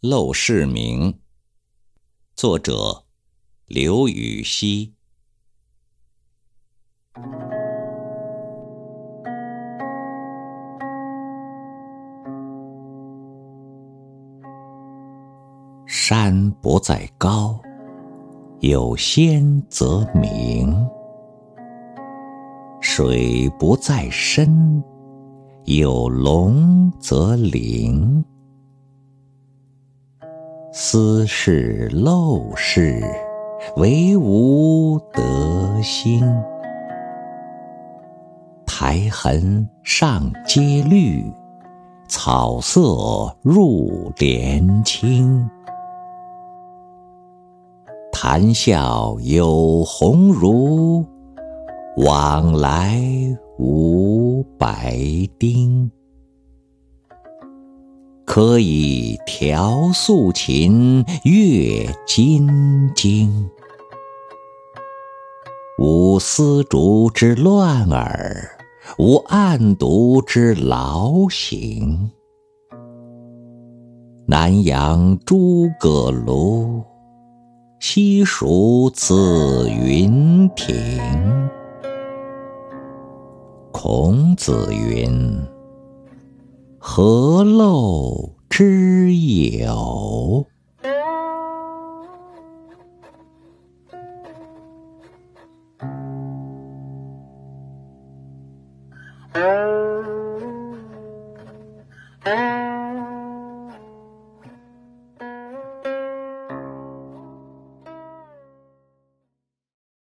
陋室铭，作者刘禹锡。山不在高，有仙则名；水不在深，有龙则灵。斯是陋室，惟吾德馨。苔痕上阶绿，草色入帘青。谈笑有鸿儒，往来无白丁。可以调素琴，阅金经。无丝竹之乱耳，无案牍之劳形。南阳诸葛庐，西蜀子云亭。孔子云：何陋之有？